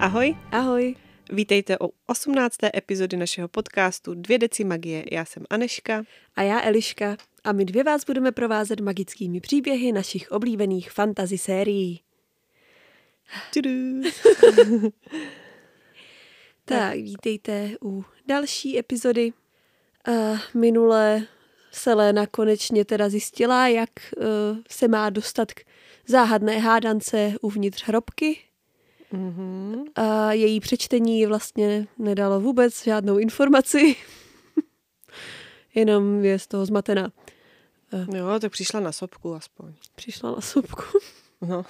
Ahoj. Ahoj. Vítejte u 18. epizody našeho podcastu 2 deci magie. Já jsem Aneška. A já Eliška. A my dvě vás budeme provázet magickými příběhy našich oblíbených fantasy sérií. Tak, vítejte u další epizody. Minule Selena konečně teda zjistila, jak se má dostat k záhadné hádance uvnitř hrobky. Mm-hmm. A její přečtení vlastně nedalo vůbec žádnou informaci. Jenom je z toho zmatená. Jo, tak přišla na sopku aspoň. Přišla na sopku. No.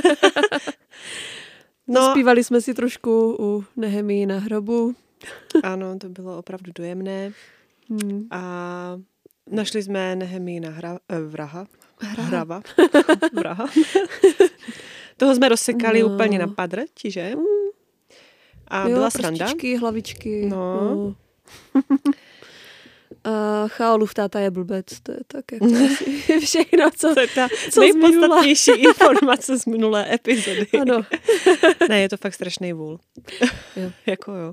Zpívali jsme si trošku u Nehemii na hrobu. Ano, to bylo opravdu dojemné. A našli jsme Nehemii na vraha. Toho jsme rozsekali úplně na padrť, že? A jo, byla sranda. Prstičky, hlavičky. No. A Chaolův táta je blbec, to je tak jako asi všechno, co to je ta co nejpodstatnější informace z minulé epizody. Ano. Ne, je to fakt strašný vůl. Jo. Jako jo.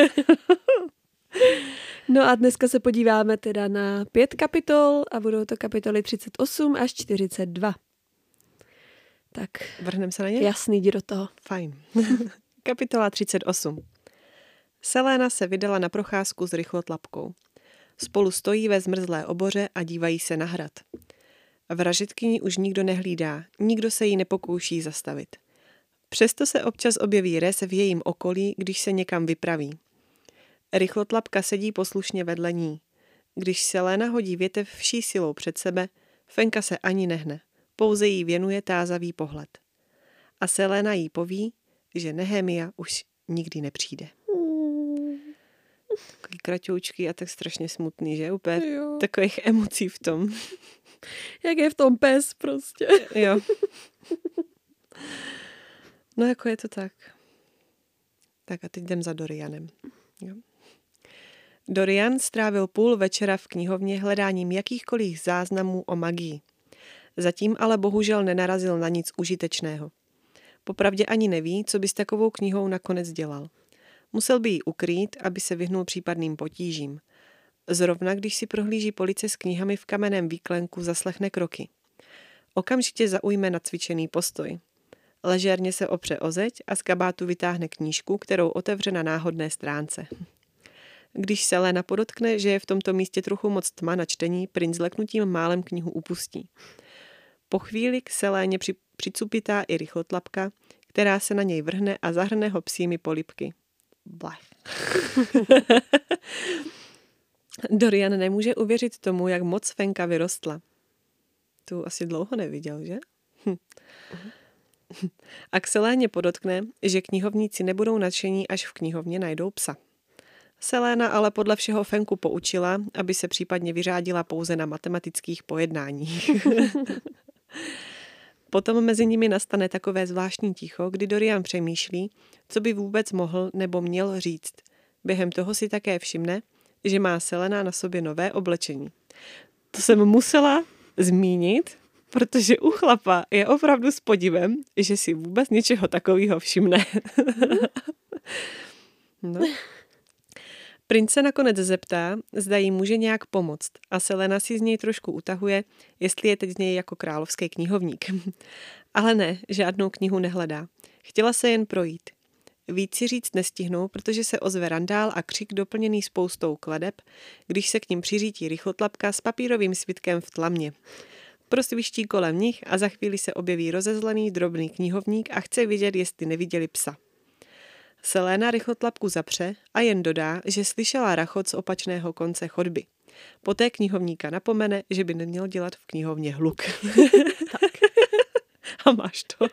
No a dneska se podíváme teda na 5 kapitol a budou to kapitoly 38 až 42. Tak. Vrhneme se na ně? Jasný, jdi do toho. Fajn. Kapitola 38. Selena se vydala na procházku s rychlotlapkou. Spolu stojí ve zmrzlé oboře a dívají se na hrad. Vražedkyni už nikdo nehlídá, nikdo se jí nepokouší zastavit. Přesto se občas objeví res v jejím okolí, když se někam vypraví. Rychlotlapka sedí poslušně vedle ní. Když Selena hodí větev vší silou před sebe, Fenka se ani nehne, pouze jí věnuje tázavý pohled. A Selena jí poví, že Nehemia už nikdy nepřijde. Takový kratoučký a tak strašně smutný, že? Úplně Jo. Takových emocí v tom. Jak je v tom pes prostě. Jo. No jako je to tak. Tak a teď jdem za Dorianem. Jo. Dorian strávil půl večera v knihovně hledáním jakýchkoliv záznamů o magii. Zatím ale bohužel nenarazil na nic užitečného. Popravdě ani neví, co by s takovou knihou nakonec dělal. Musel by ji ukrýt, aby se vyhnul případným potížím. Zrovna když si prohlíží police s knihami v kamenném výklenku, zaslechne kroky. Okamžitě zaujme nacvičený postoj. Ležérně se opře o zeď a z kabátu vytáhne knížku, kterou otevře na náhodné stránce. Když Selena podotkne, že je v tomto místě trochu moc tma na čtení, princ leknutím málem knihu upustí. Po chvíli k Seléně přicupitá i rychlotlapka, která se na něj vrhne a zahrne ho psími polibky. Blech. Dorian nemůže uvěřit tomu, jak moc Fenka vyrostla. Tu asi dlouho neviděl, že? A k Seléně podotkne, že knihovníci nebudou nadšení, až v knihovně najdou psa. Selena ale podle všeho Fenku poučila, aby se případně vyřádila pouze na matematických pojednáních. Potom mezi nimi nastane takové zvláštní ticho, kdy Dorian přemýšlí, co by vůbec mohl nebo měl říct. Během toho si také všimne, že má Selena na sobě nové oblečení. To jsem musela zmínit, protože u chlapa je opravdu s podivem, že si vůbec něčeho takového všimne. No. Princ se nakonec zeptá, zda jí může nějak pomoct a Selena si z něj trošku utahuje, jestli je teď z něj jako královský knihovník. Ale ne, žádnou knihu nehledá. Chtěla se jen projít. Víc si říct nestihnou, protože se ozve randál a křik doplněný spoustou kladeb, když se k ním přiřítí rychlotlapka s papírovým svitkem v tlamě. Prosviští kolem nich a za chvíli se objeví rozezlený drobný knihovník a chce vidět, jestli neviděli psa. Selena rychlotlapku zapře a jen dodá, že slyšela rachot z opačného konce chodby. Poté knihovníka napomene, že by neměl dělat v knihovně hluk. Tak. A máš to.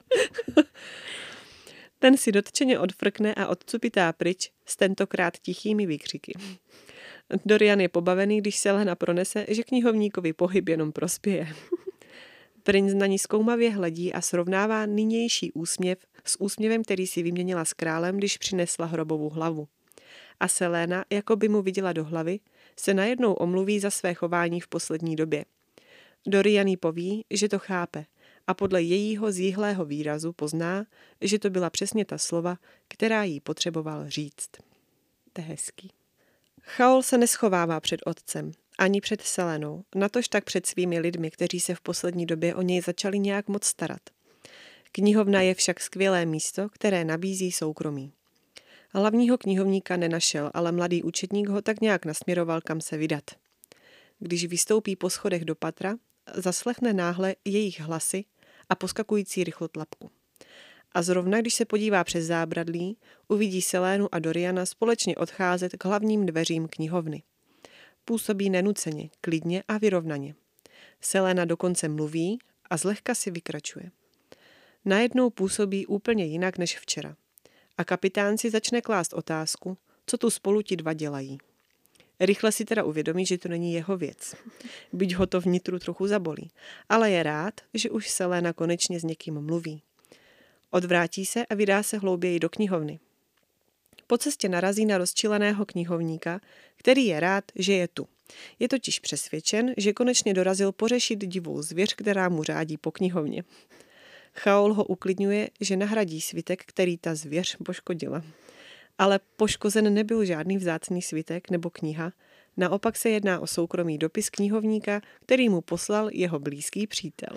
Ten si dotčeně odfrkne a odcupitá pryč s tentokrát tichými výkřiky. Dorian je pobavený, když Selena pronese, že knihovníkovi pohyb jenom prospěje. Princ na ní zkoumavě hledí a srovnává nynější úsměv s úsměvem, který si vyměnila s králem, když přinesla hrobovou hlavu. A Selena, jako by mu viděla do hlavy, se najednou omluví za své chování v poslední době. Dorian jí poví, že to chápe a podle jejího zjihlého výrazu pozná, že to byla přesně ta slova, která jí potřeboval říct. To je hezký. Chaol se neschovává před otcem, ani před Selenou, natož tak před svými lidmi, kteří se v poslední době o něj začali nějak moc starat. Knihovna je však skvělé místo, které nabízí soukromí. Hlavního knihovníka nenašel, ale mladý účetník ho tak nějak nasměroval, kam se vydat. Když vystoupí po schodech do patra, zaslechne náhle jejich hlasy a poskakující rychlotlapku. A zrovna, když se podívá přes zábradlí, uvidí Selénu a Doriana společně odcházet k hlavním dveřím knihovny. Působí nenuceně, klidně a vyrovnaně. Selena dokonce mluví a zlehka si vykračuje. Najednou působí úplně jinak než včera. A kapitán si začne klást otázku, co tu spolu ti dva dělají. Rychle si teda uvědomí, že to není jeho věc. Byť ho to vnitru trochu zabolí. Ale je rád, že už Selena konečně s někým mluví. Odvrátí se a vydá se hlouběji do knihovny. Po cestě narazí na rozčileného knihovníka, který je rád, že je tu. Je totiž přesvědčen, že konečně dorazil pořešit divou zvěř, která mu řádí po knihovně. Chaol ho uklidňuje, že nahradí svitek, který ta zvěř poškodila. Ale poškozen nebyl žádný vzácný svitek nebo kniha, naopak se jedná o soukromý dopis knihovníka, který mu poslal jeho blízký přítel.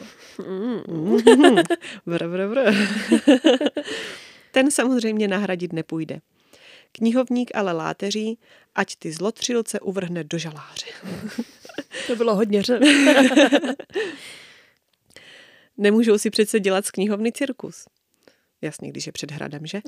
Ten samozřejmě nahradit nepůjde. Knihovník ale láteří, ať ty zlotřilce uvrhne do žaláře. To bylo hodně řev. Nemůžou si přece dělat z knihovny cirkus. Jasně, když je před hradem, že?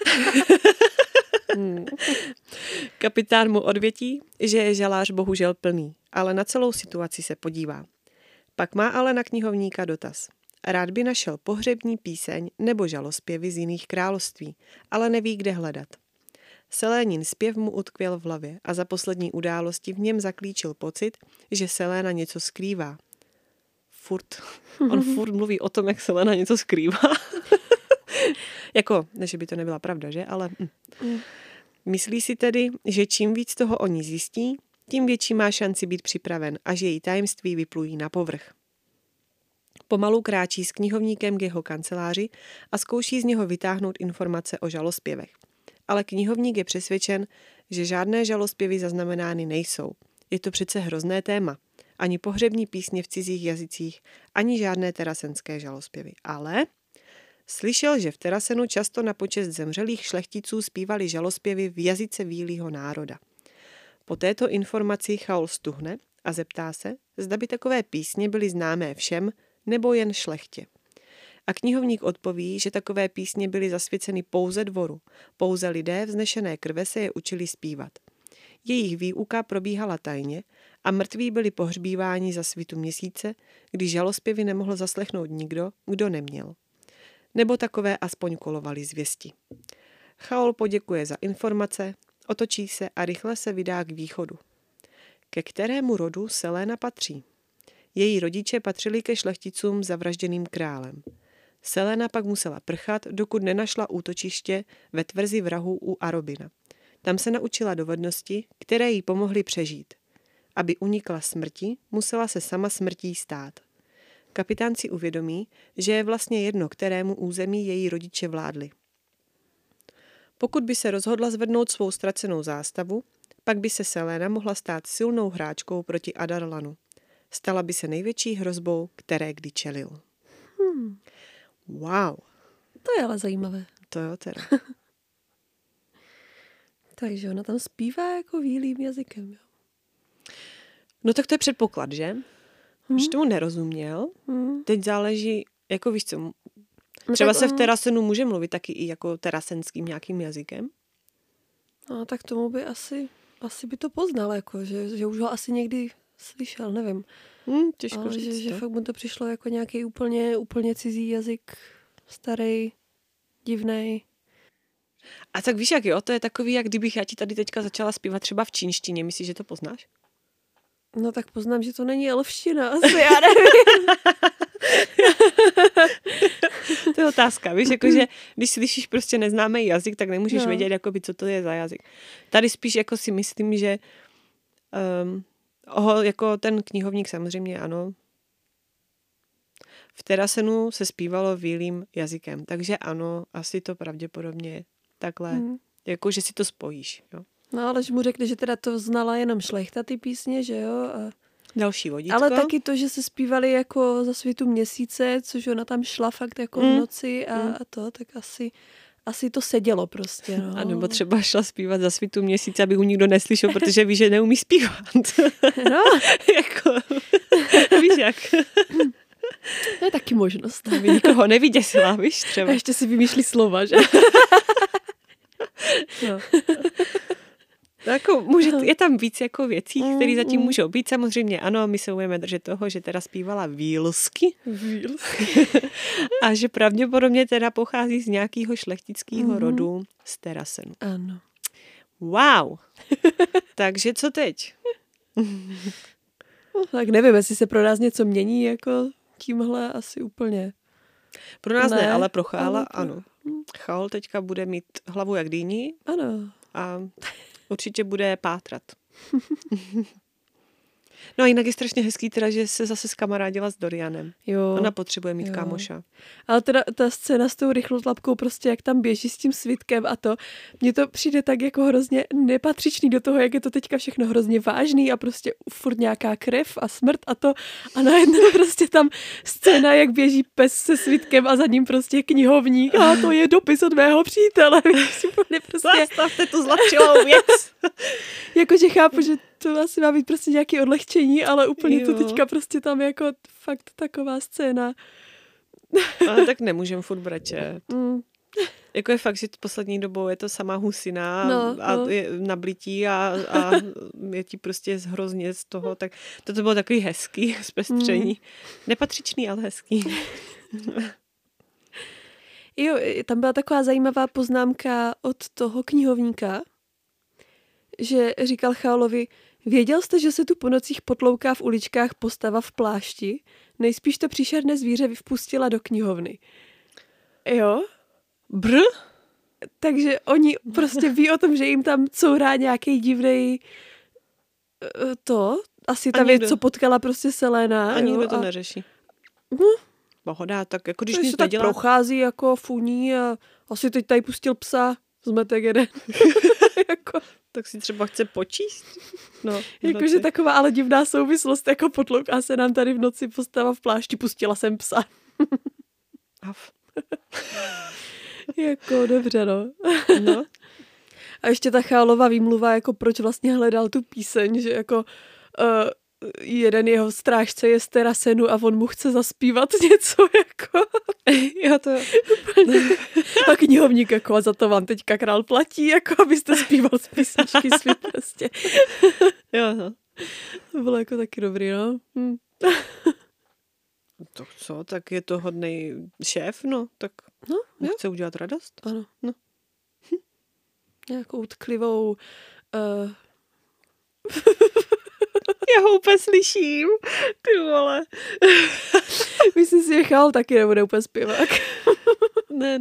Kapitán mu odvětí, že je žalář bohužel plný, ale na celou situaci se podívá. Pak má ale na knihovníka dotaz. Rád by našel pohřební píseň nebo žalospěvy z jiných království, ale neví, kde hledat. Selénin zpěv mu utkvěl v hlavě a za poslední události v něm zaklíčil pocit, že Selena něco skrývá. On furt mluví o tom, jak Selena něco skrývá. Jako, ne, že by to nebyla pravda, že? Ale myslí si tedy, že čím víc toho o ní zjistí, tím větší má šanci být připraven a že její tajemství vyplují na povrch. Pomalu kráčí s knihovníkem k jeho kanceláři a zkouší z něho vytáhnout informace o žalospěvech. Ale knihovník je přesvědčen, že žádné žalospěvy zaznamenány nejsou. Je to přece hrozné téma. Ani pohřební písně v cizích jazycích, ani žádné terasenské žalospěvy. Ale slyšel, že v Terasenu často na počest zemřelých šlechticů zpívali žalospěvy v jazyce výlího národa. Po této informaci Chaol stuhne a zeptá se, zda by takové písně byly známé všem nebo jen šlechtě. A knihovník odpoví, že takové písně byly zasvěceny pouze dvoru, pouze lidé vznešené krve se je učili zpívat. Jejich výuka probíhala tajně a mrtví byli pohřbíváni za svitu měsíce, když žalospěvy nemohl zaslechnout nikdo, kdo neměl. Nebo takové aspoň kolovaly zvěsti. Chaol poděkuje za informace, otočí se a rychle se vydá k východu. Ke kterému rodu Selena patří? Její rodiče patřili ke šlechticům zavražděným králem. Selena pak musela prchat, dokud nenašla útočiště ve tvrzi vrahů u Arobina. Tam se naučila dovednosti, které jí pomohly přežít. Aby unikla smrti, musela se sama smrtí stát. Kapitán si uvědomí, že je vlastně jedno, kterému území její rodiče vládli. Pokud by se rozhodla zvednout svou ztracenou zástavu, pak by se Selena mohla stát silnou hráčkou proti Adarlanu. Stala by se největší hrozbou, které kdy čelil. Wow. To je ale zajímavé. To jo teda. Takže ona tam zpívá jako výlým jazykem. Jo. No tak to je předpoklad, že? Už tomu nerozuměl. Teď záleží, jako víš co, třeba se v Terasenu může mluvit taky i jako terasenským nějakým jazykem. No tak tomu by asi by to poznal, jako, že už ho asi někdy slyšel, nevím. Těžko ale říct, že fakt mu to přišlo jako nějaký úplně cizí jazyk, starý, divnej. A tak víš jak jo, to je takový, jak kdybych já ti tady teďka začala zpívat třeba v čínštině, myslíš, že to poznáš? No tak poznám, že to není elfština, asi já nevím. To je otázka, víš, jakože když slyšíš prostě neznámý jazyk, tak nemůžeš vědět, jakoby, co to je za jazyk. Tady spíš jako si myslím, že jako ten knihovník samozřejmě ano. V Terasenu se zpívalo výlým jazykem, takže ano, asi to pravděpodobně takhle, jako že si to spojíš. Jo. No, ale že mu řekne, že teda to znala jenom šlechta ty písně, že jo? A... Další vodítko. Ale taky to, že se zpívali jako za světu měsíce, což ona tam šla fakt jako v noci a to, tak asi to sedělo prostě. No. A nebo třeba šla zpívat za svitu měsíce, aby ho nikdo neslyšel, protože ví, že neumí zpívat. No. Jako, víš jak. To je taky možnost. Aby nikoho nevyděsila, víš třeba. A ještě si vymýšlí slova, že? No. Jako je tam víc jako věcí, které zatím můžou být. Samozřejmě ano, my se budeme držet toho, že teda zpívala výlsky. A že pravděpodobně teda pochází z nějakého šlechtického rodu z Terasenu. Ano. Wow! Takže co teď? No, tak nevím, jestli se pro nás něco mění, jako tímhle asi úplně. Pro nás ne, ale pro Chála ano. Chál teďka bude mít hlavu jak dýni. Ano. A určitě bude pátrat. No a jinak je strašně hezký teda, že se zase skamarádila s Dorianem. Jo. Ona potřebuje mít kámoša. Ale teda ta scéna s tou rychlotlapkou, prostě jak tam běží s tím svitkem a to, mně to přijde tak jako hrozně nepatřičný do toho, jak je to teďka všechno hrozně vážný a prostě furt nějaká krev a smrt a to a najednou prostě tam scéna, jak běží pes se svitkem a za ním prostě knihovník a to je dopis od mého přítele. Zastavte tu zlatčilou věc. Jakože chápu, že to asi má být prostě nějaké odlehčení, ale úplně to teďka prostě tam jako fakt taková scéna. Ale tak nemůžem furt brečet. Jako je fakt, že poslední dobou je to sama husina a je na blití a je ti prostě hrozně z toho, tak to bylo takový hezký zpestření. Nepatřičný, ale hezký. Jo, tam byla taková zajímavá poznámka od toho knihovníka, že říkal Chálovi, věděl jste, že se tu po nocích potlouká v uličkách postava v plášti? Nejspíš to příšerné zvíře vpustila do knihovny. Jo? Takže oni prostě ví o tom, že jim tam courá nějaký divnej asi ta věc, co potkala prostě Selena. A nikdo to neřeší. Pohoda, tak jako když nic se tak nedělá. Prochází jako funí a asi teď tady pustil psa, zmetek jeden. Jako... Tak si třeba chce počíst. No, jakože taková ale divná souvislost, jako potlouká se nám tady v noci postava v plášti, pustila jsem psa. Jako dobře, no. A ještě ta Chálova výmluva, jako proč vlastně hledal tu píseň, že jako jeden jeho strážce je z Terasenu a on mu chce zaspívat něco, jako. Jo, to a knihovník, jako a za to vám teďka král platí, jako abyste zpíval z písničky svý prostě. Jo, no. To bylo jako taky dobrý, no. To co, tak je to hodnej šéf, no, tak chce udělat radost. Ano. No. Nějakou tklivou... Já ho úplně slyším, ty vole. Myslím si, že Chál taky nebude úplně zpěvák. Ne.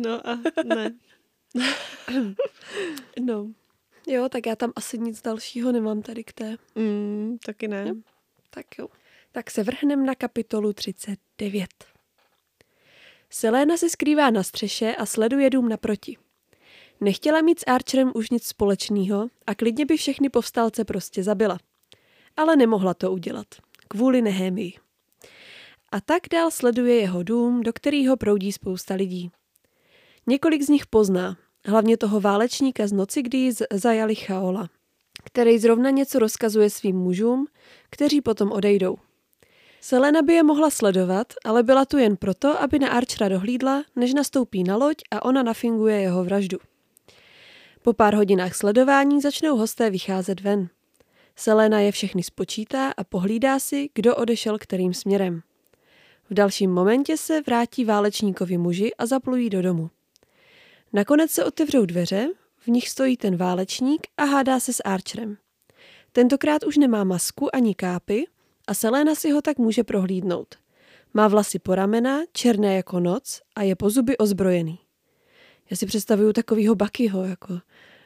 No. Jo, tak já tam asi nic dalšího nemám tady k té. Taky ne. Jo? Tak jo. Tak se vrhneme na kapitolu 39. Selena se skrývá na střeše a sleduje dům naproti. Nechtěla mít s Archerem už nic společného a klidně by všechny povstalce prostě zabila. Ale nemohla to udělat. Kvůli Nehémii. A tak dál sleduje jeho dům, do kterého proudí spousta lidí. Několik z nich pozná, hlavně toho válečníka z noci, kdy ji zajali Chaola, který zrovna něco rozkazuje svým mužům, kteří potom odejdou. Selena by je mohla sledovat, ale byla tu jen proto, aby na Archera dohlídla, než nastoupí na loď a ona nafinguje jeho vraždu. Po pár hodinách sledování začnou hosté vycházet ven. Selena je všechny spočítá a pohlídá si, kdo odešel kterým směrem. V dalším momentě se vrátí válečníkovi muži a zaplují do domu. Nakonec se otevřou dveře, v nich stojí ten válečník a hádá se s Archerem. Tentokrát už nemá masku ani kápy a Selena si ho tak může prohlídnout. Má vlasy po ramena, černé jako noc a je po zuby ozbrojený. Já si představuju takovýho Buckyho, jako...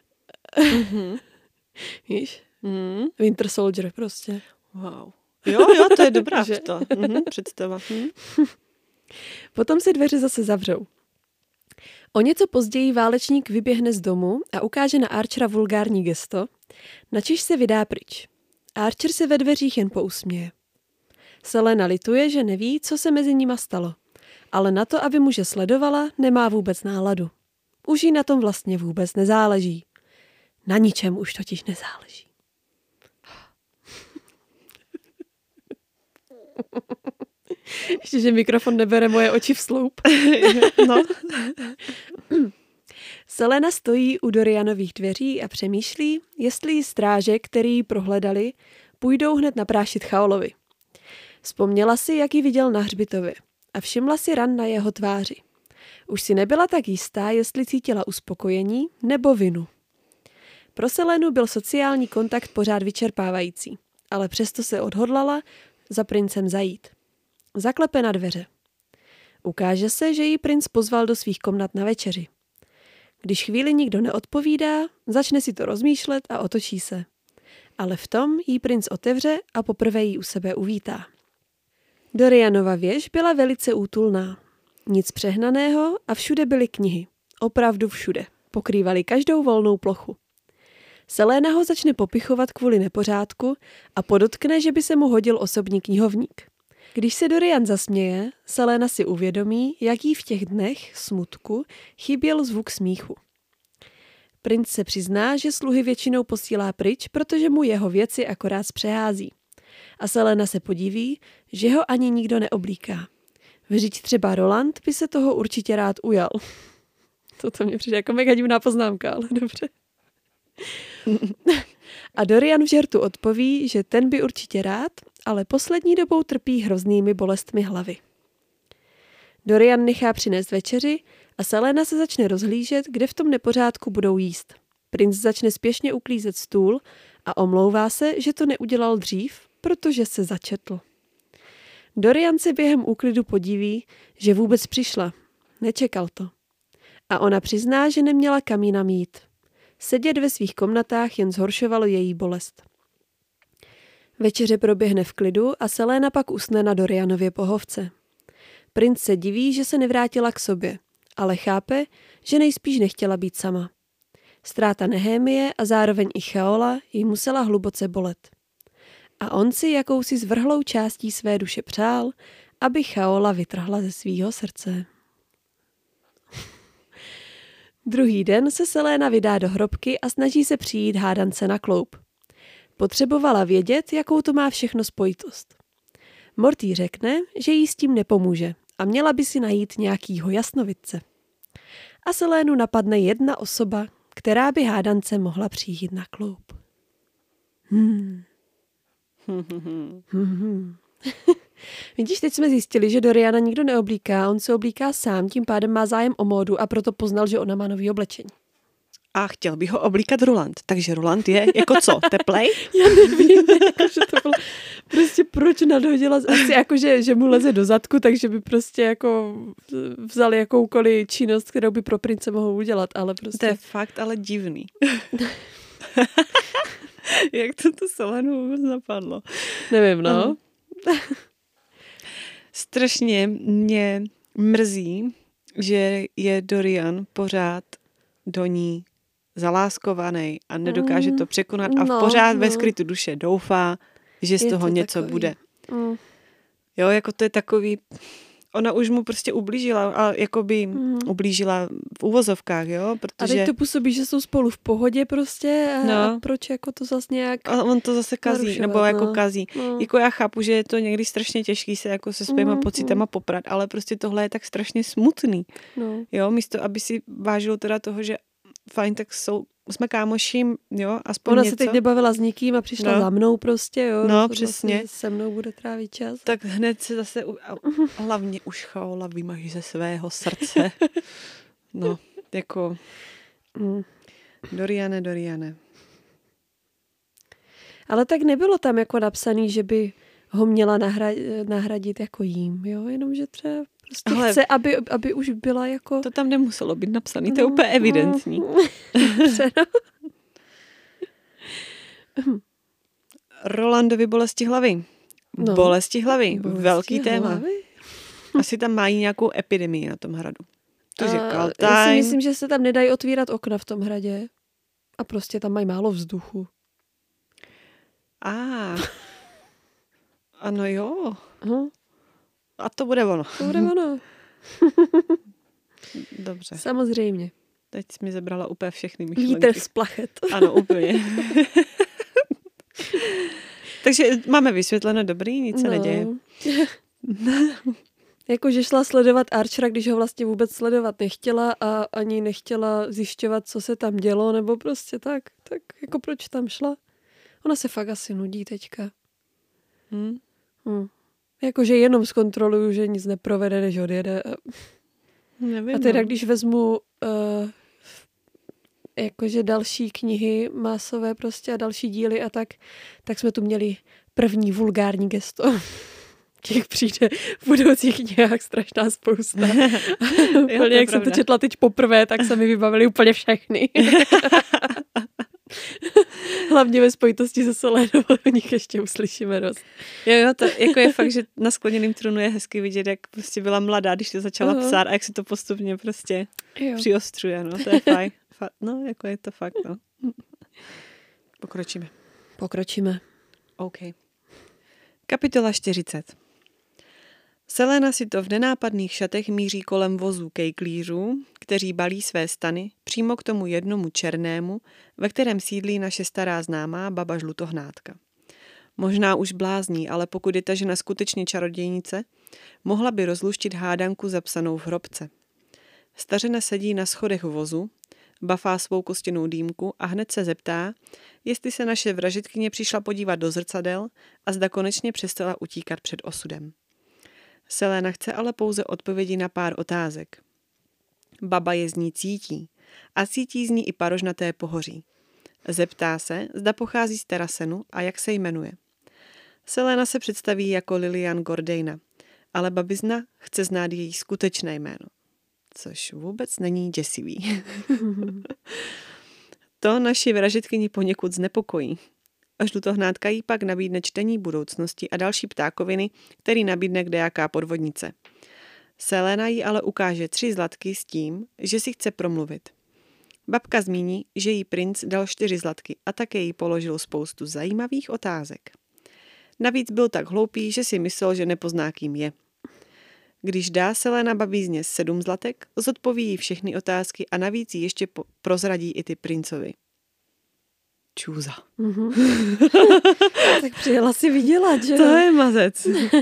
Víš? Winter Soldier prostě. Wow. Jo, to je dobrá představa. Potom se dveře zase zavřou. O něco později válečník vyběhne z domu a ukáže na Archera vulgární gesto, načež se vydá pryč. Archer se ve dveřích jen pousměje. Selena lituje, že neví, co se mezi nima stalo, ale na to, aby muže sledovala, nemá vůbec náladu. Už jí na tom vlastně vůbec nezáleží. Na ničem už totiž nezáleží. Ještě, že mikrofon nebere moje oči v sloup. No. Selena stojí u Dorianových dveří a přemýšlí, jestli jí stráže, který ji prohledali, půjdou hned naprášit Chaolovi. Vzpomněla si, jak ji viděl na hřbitově a všimla si ran na jeho tváři. Už si nebyla tak jistá, jestli cítila uspokojení nebo vinu. Pro Selenu byl sociální kontakt pořád vyčerpávající, ale přesto se odhodlala za princem zajít. Zaklepe na dveře. Ukáže se, že ji princ pozval do svých komnat na večeři. Když chvíli nikdo neodpovídá, začne si to rozmýšlet a otočí se. Ale v tom jí princ otevře a poprvé ji u sebe uvítá. Dorianova věž byla velice útulná. Nic přehnaného a všude byly knihy. Opravdu všude. Pokrývaly každou volnou plochu. Selena ho začne popichovat kvůli nepořádku a podotkne, že by se mu hodil osobní knihovník. Když se Dorian zasměje, Selena si uvědomí, jak jí v těch dnech smutku chyběl zvuk smíchu. Princ se přizná, že sluhy většinou posílá pryč, protože mu jeho věci akorát zpřehází. A Selena se podiví, že ho ani nikdo neoblíká. Vždyť třeba Roland by se toho určitě rád ujal. Toto mě přijde jako mega divná poznámka, ale dobře. A Dorian v žertu odpoví, že ten by určitě rád, ale poslední dobou trpí hroznými bolestmi hlavy. Dorian nechá přinést večeři a Selena se začne rozhlížet, kde v tom nepořádku budou jíst. Princ začne spěšně uklízet stůl a omlouvá se, že to neudělal dřív, protože se začetl. Dorian se během úklidu podiví, že vůbec přišla. Nečekal to. A ona přizná, že neměla kam jinam jít. Sedět ve svých komnatách jen zhoršovalo její bolest. Večeře proběhne v klidu a Selena pak usne na Dorianově pohovce. Princ se diví, že se nevrátila k sobě, ale chápe, že nejspíš nechtěla být sama. Ztráta Nehémie a zároveň i Chaola ji musela hluboce bolet. A on si jakousi zvrhlou částí své duše přál, aby Chaola vytrhla ze svýho srdce. Druhý den se Selena vydá do hrobky a snaží se přijít hádance na kloup. Potřebovala vědět, jakou to má všechno spojitost. Mort jí řekne, že jí s tím nepomůže a měla by si najít nějakýho jasnovidce. A Selenu napadne jedna osoba, která by hádance mohla přijít na kloup. Vidíš, teď jsme zjistili, že Doriana nikdo neoblíká, on se oblíká sám, tím pádem má zájem o módu a proto poznal, že ona má nový oblečení. A chtěl by ho oblíkat Roland, takže Roland je jako co, teplej? Já nevím, že to bylo prostě proč nadhodila, asi jako, že mu leze do zadku, takže by prostě jako vzal jakoukoliv činnost, kterou by pro prince mohl udělat, ale prostě... To je fakt ale divný. Jak to Selenu vůbec napadlo? Nevím, no. Strašně mě mrzí, že je Dorian pořád do ní zaláskovaný a nedokáže to překonat a pořád ve skrytu duše doufá, že z toho něco takový. Bude. Jo, jako to je takový... Ona už mu prostě ublížila a jakoby ublížila v uvozovkách, jo, protože... A teď to působí, že jsou spolu v pohodě prostě a proč jako to zase nějak... A on to zase kazí, nebo jako kazí. Jako já chápu, že je to někdy strašně těžký se jako se svýma pocitama poprat, ale prostě tohle je tak strašně smutný. Jo, místo, aby si vážil teda toho, že fajn, tak jsme kámoši, jo, aspoň ona něco. Se teď nebavila s nikým a přišla za mnou prostě, jo. No, přesně. Vlastně se mnou bude trávit čas. Tak hned se zase, hlavně už Chaola vymaží ze svého srdce. No, jako Doriane. Ale tak nebylo tam jako napsaný, že by ho měla nahradit jako jím, jo, jenomže třeba prostě chce, aby už byla jako... To tam nemuselo být napsaný, to je úplně evidentní. Rolandovi bolesti hlavy. Bolesti hlavy. Velký téma. Asi tam mají nějakou epidemii na tom hradu. To říkal Já si myslím, že se tam nedají otvírat okna v tom hradě. A prostě tam mají málo vzduchu. Ano jo. Aha. A to bude ono. To bude ono. Dobře. Samozřejmě. Teď jsi mi zebrala úplně všechny myšlenky. Vítr z plachet. Ano, úplně. Takže máme vysvětleno, dobrý, nic se neděje. Jakože šla sledovat Archera, když ho vlastně vůbec sledovat nechtěla a ani nechtěla zjišťovat, co se tam dělo, nebo prostě tak jako proč tam šla. Ona se fakt asi nudí teďka. Jakože jenom zkontroluju, že nic neprovede, než odjede. Nevím, a teda, když vezmu jakože další knihy masové prostě a další díly a tak jsme tu měli první vulgární gesto. Těch přijde v budoucích knihách strašná spousta. Úplně jak jsem to četla teď poprvé, tak se mi vybavily úplně všechny. Hlavně ve spojitosti se Selénou, o nich ještě uslyšíme dost. Jo, to jako je fakt, že na Skloněném trůnu je hezky vidět, jak prostě byla mladá, když to začala psát a jak se to postupně prostě přiostřuje, no, to je fajn. No, jako je to fakt, no. Pokročíme. OK. Kapitola 40. Selena si to v nenápadných šatech míří kolem vozů kejklířů, kteří balí své stany přímo k tomu jednomu černému, ve kterém sídlí naše stará známá baba Žlutohnátka. Možná už blázní, ale pokud je ta žena skutečně čarodějnice, mohla by rozluštit hádanku zapsanou v hrobce. Stařena sedí na schodech vozu, bafá svou kostěnou dýmku a hned se zeptá, jestli se naše vražedkyně přišla podívat do zrcadel a zda konečně přestala utíkat před osudem. Selena chce ale pouze odpovědi na pár otázek. Baba je z ní cítí a cítí z ní i parožnaté pohoří. Zeptá se, zda pochází z Terasenu a jak se jmenuje. Selena se představí jako Lilian Gordejna, ale babizna chce znát její skutečné jméno. Což vůbec není děsivý. To naši vražedkyni poněkud znepokojí. Žlutohnátka jí pak nabídne čtení budoucnosti a další ptákoviny, který nabídne kdejaká podvodnice. Selena jí ale ukáže 3 zlatky s tím, že si chce promluvit. Babka zmíní, že jí princ dal 4 zlatky a také jí položil spoustu zajímavých otázek. Navíc byl tak hloupý, že si myslel, že nepozná, kým je. Když dá Selena babízně 7 zlatek, zodpoví jí všechny otázky a navíc jí ještě prozradí i ty princovi. Čůza. Tak přijela si vydělat, že? To je mazec.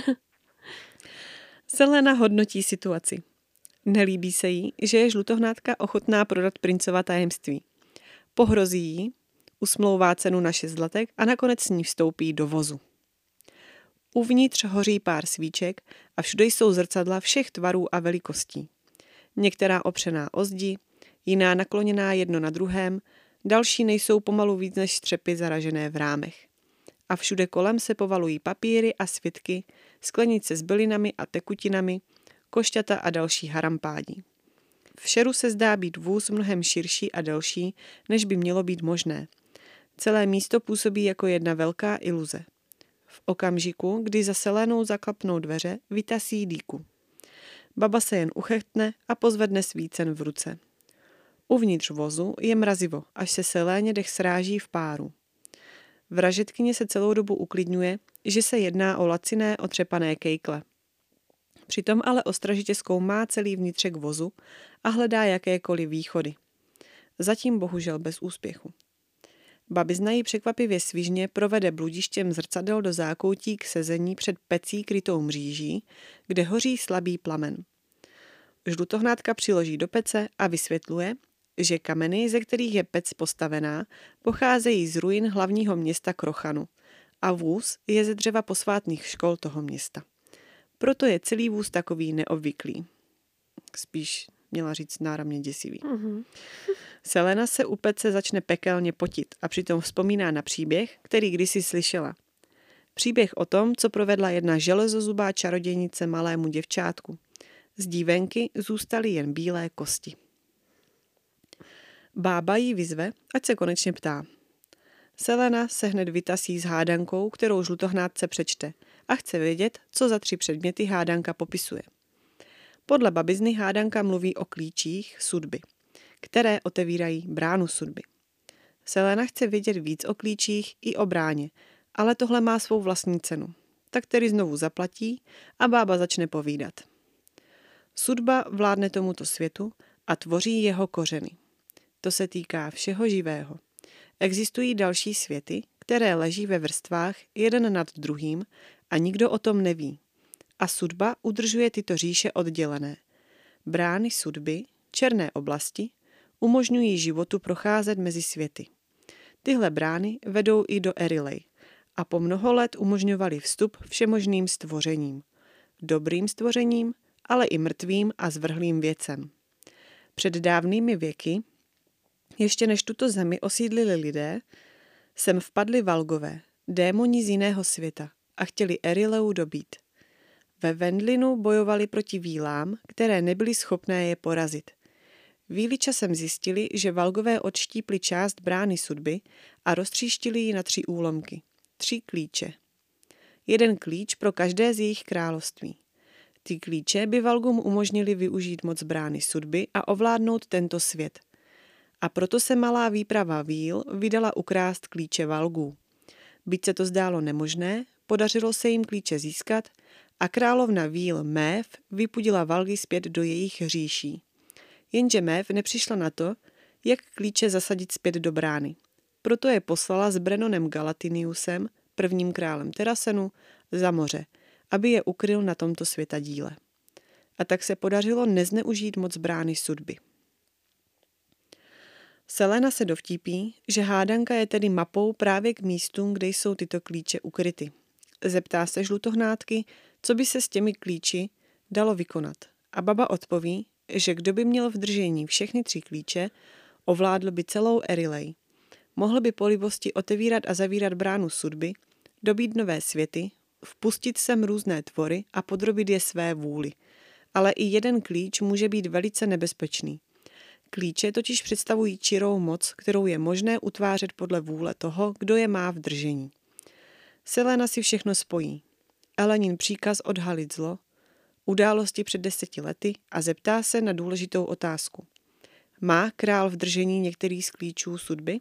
Selena hodnotí situaci. Nelíbí se jí, že je Žlutohnátka ochotná prodat princova tajemství. Pohrozí jí, usmlouvá cenu na 6 zlatek a nakonec s ní vstoupí do vozu. Uvnitř hoří pár svíček a všude jsou zrcadla všech tvarů a velikostí. Některá opřená o zdi, jiná nakloněná jedno na druhém, další nejsou pomalu víc než střepy zaražené v rámech. A všude kolem se povalují papíry a svitky, sklenice s bylinami a tekutinami, košťata a další harampádí. V šeru se zdá být vůz mnohem širší a delší, než by mělo být možné. Celé místo působí jako jedna velká iluze. V okamžiku, kdy za Selénou zaklapnou dveře, vytasí dýku. Baba se jen uchechtne a pozvedne svícen v ruce. Uvnitř vozu je mrazivo, až se Seléně dech sráží v páru. Vražedkyně se celou dobu uklidňuje, že se jedná o laciné otřepané kejkle. Přitom ale ostražitě zkoumá celý vnitřek vozu a hledá jakékoliv východy. Zatím bohužel bez úspěchu. Babizna ji překvapivě svižně provede bludištěm zrcadel do zákoutí k sezení před pecí krytou mříží, kde hoří slabý plamen. Žlutohnátka přiloží do pece a vysvětluje, že kameny, ze kterých je pec postavená, pocházejí z ruin hlavního města Krochanu a vůz je ze dřeva posvátných škol toho města. Proto je celý vůz takový neobvyklý. Spíš měla říct náramně děsivý. Selena se u pece začne pekelně potit a přitom vzpomíná na příběh, který kdysi slyšela. Příběh o tom, co provedla jedna železozubá čarodějnice malému děvčátku. Z dívenky zůstaly jen bílé kosti. Bába jí vyzve, ať se konečně ptá. Selena se hned vytasí s hádankou, kterou Žlutohnátce přečte a chce vědět, co za 3 předměty hádanka popisuje. Podle babizny hádanka mluví o klíčích sudby, které otevírají bránu sudby. Selena chce vědět víc o klíčích i o bráně, ale tohle má svou vlastní cenu. Tak tedy znovu zaplatí a bába začne povídat. Sudba vládne tomuto světu a tvoří jeho kořeny. To se týká všeho živého. Existují další světy, které leží ve vrstvách jeden nad druhým a nikdo o tom neví. A sudba udržuje tyto říše oddělené. Brány sudby, černé oblasti, umožňují životu procházet mezi světy. Tyhle brány vedou i do Erilej a po mnoho let umožňovaly vstup všemožným stvořením. Dobrým stvořením, ale i mrtvým a zvrhlým věcem. Před dávnými věky, ještě než tuto zemi osídlili lidé, sem vpadli Valgové, démoni z jiného světa, a chtěli Erileu dobít. Ve Wendlinu bojovali proti vílám, které nebyly schopné je porazit. Víly časem zjistili, že Valgové odštípli část brány sudby a roztříštili ji na 3 úlomky. 3 klíče. 1 klíč pro každé z jejich království. Ty klíče by Valgům umožnili využít moc brány sudby a ovládnout tento svět. A proto se malá výprava víl vydala ukrást klíče Valgů. Byť se to zdálo nemožné, podařilo se jim klíče získat a královna víl Mév vypudila Valgy zpět do jejich říší. Jenže Mév nepřišla na to, jak klíče zasadit zpět do brány. Proto je poslala s Brennonem Galatiniusem, prvním králem Terasenu, za moře, aby je ukryl na tomto světadíle. A tak se podařilo nezneužít moc brány sudby. Selena se dovtípí, že hádanka je tedy mapou právě k místům, kde jsou tyto klíče ukryty. Zeptá se žlutohnátky, co by se s těmi klíči dalo vykonat. A baba odpoví, že kdo by měl v držení všechny 3 klíče, ovládl by celou Erilej. Mohl by po libosti otevírat a zavírat bránu sudby, dobít nové světy, vpustit sem různé tvory a podrobit je své vůli. Ale i 1 klíč může být velice nebezpečný. Klíče totiž představují čirou moc, kterou je možné utvářet podle vůle toho, kdo je má v držení. Selena si všechno spojí. Elenin příkaz odhalit zlo, události před 10 lety a zeptá se na důležitou otázku. Má král v držení některý z klíčů sudby?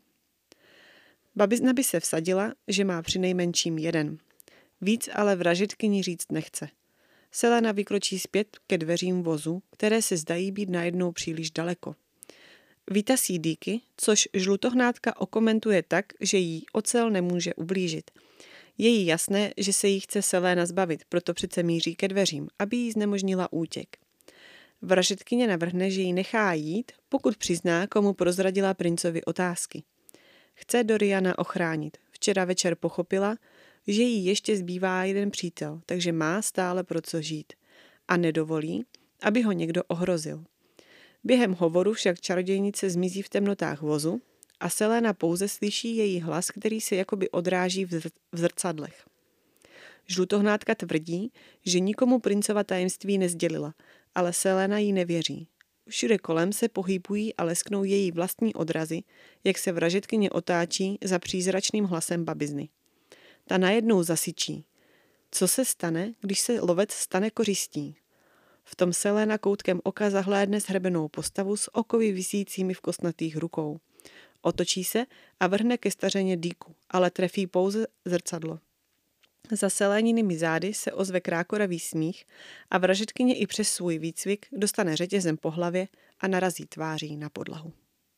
Babizna by se vsadila, že má přinejmenším 1. Víc ale vražedkyni říct nechce. Selena vykročí zpět ke dveřím vozu, které se zdají být najednou příliš daleko. Vytasí dýky, což žlutohnátka okomentuje tak, že jí ocel nemůže ublížit. Je jí jasné, že se jí chce Selena zbavit, proto přece míří ke dveřím, aby jí znemožnila útěk. Vražedkyně navrhne, že ji nechá jít, pokud přizná, komu prozradila princovi otázky. Chce Doriana ochránit. Včera večer pochopila, že jí ještě zbývá 1 přítel, takže má stále pro co žít. A nedovolí, aby ho někdo ohrozil. Během hovoru však čarodějnice zmizí v temnotách vozu a Selena pouze slyší její hlas, který se jakoby odráží v zrcadlech. Žlutohnátka tvrdí, že nikomu princova tajemství nezdělila, ale Selena jí nevěří. Všude kolem se pohybují a lesknou její vlastní odrazy, jak se vražedkyně otáčí za přízračným hlasem babizny. Ta najednou zasyčí. Co se stane, když se lovec stane kořistí? V tom Selena koutkem oka zahlédne zhrbenou postavu s okovy visícími v kostnatých rukou. Otočí se a vrhne ke stařeně dýku, ale trefí pouze zrcadlo. Za Seléninými zády se ozve krákoravý smích a vražedkyně i přes svůj výcvik dostane řetězem po hlavě a narazí tváří na podlahu.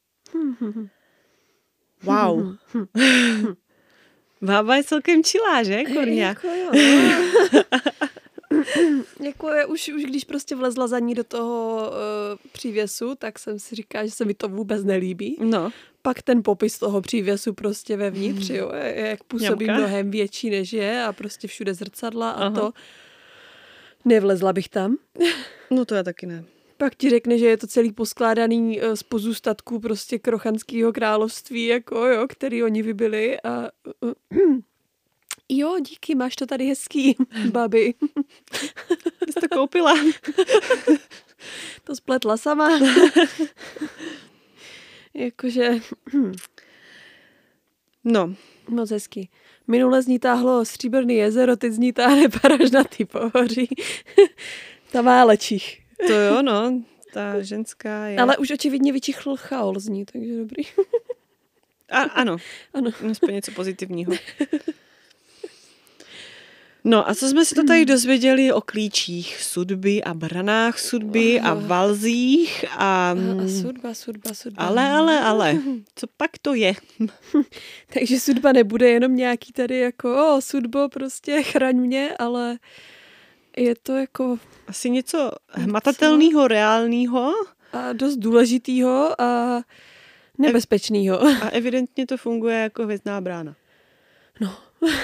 Wow. Bába je celkem čilá, že, Korňa? Jako jo. Jako je, už když prostě vlezla za ní do toho přívěsu, tak jsem si říkala, že se mi to vůbec nelíbí. No. Pak ten popis toho přívěsu prostě vevnitř, jo, jak působí mnohem větší, než je a prostě všude zrcadla a to. Nevlezla bych tam. No to já taky ne. Pak ti řekne, že je to celý poskládaný z pozůstatků prostě krochanského království, jako jo, který oni vybili a jo, díky, máš to tady hezký, babi. Jsi to koupila. To spletla sama. Jakože... No. Moc hezky. Minule z ní táhlo Stříbrný jezero, teď z ní táhne Paražnatý pohoří. Ta má lečích. To jo, no. Ta ženská je... Ale už očividně vyčichl Chaol z ní, takže dobrý. Ano. Ano. Aspoň něco pozitivního. No a co jsme si to tady dozvěděli o klíčích sudby a branách sudby a valzích a... Sudba. Ale. Co pak to je? Takže sudba nebude jenom nějaký tady jako sudbo, prostě chraň mě, ale je to jako... Asi něco hmatatelného, reálného. A dost důležitýho a nebezpečného. A evidentně to funguje jako hvězdná brána. No.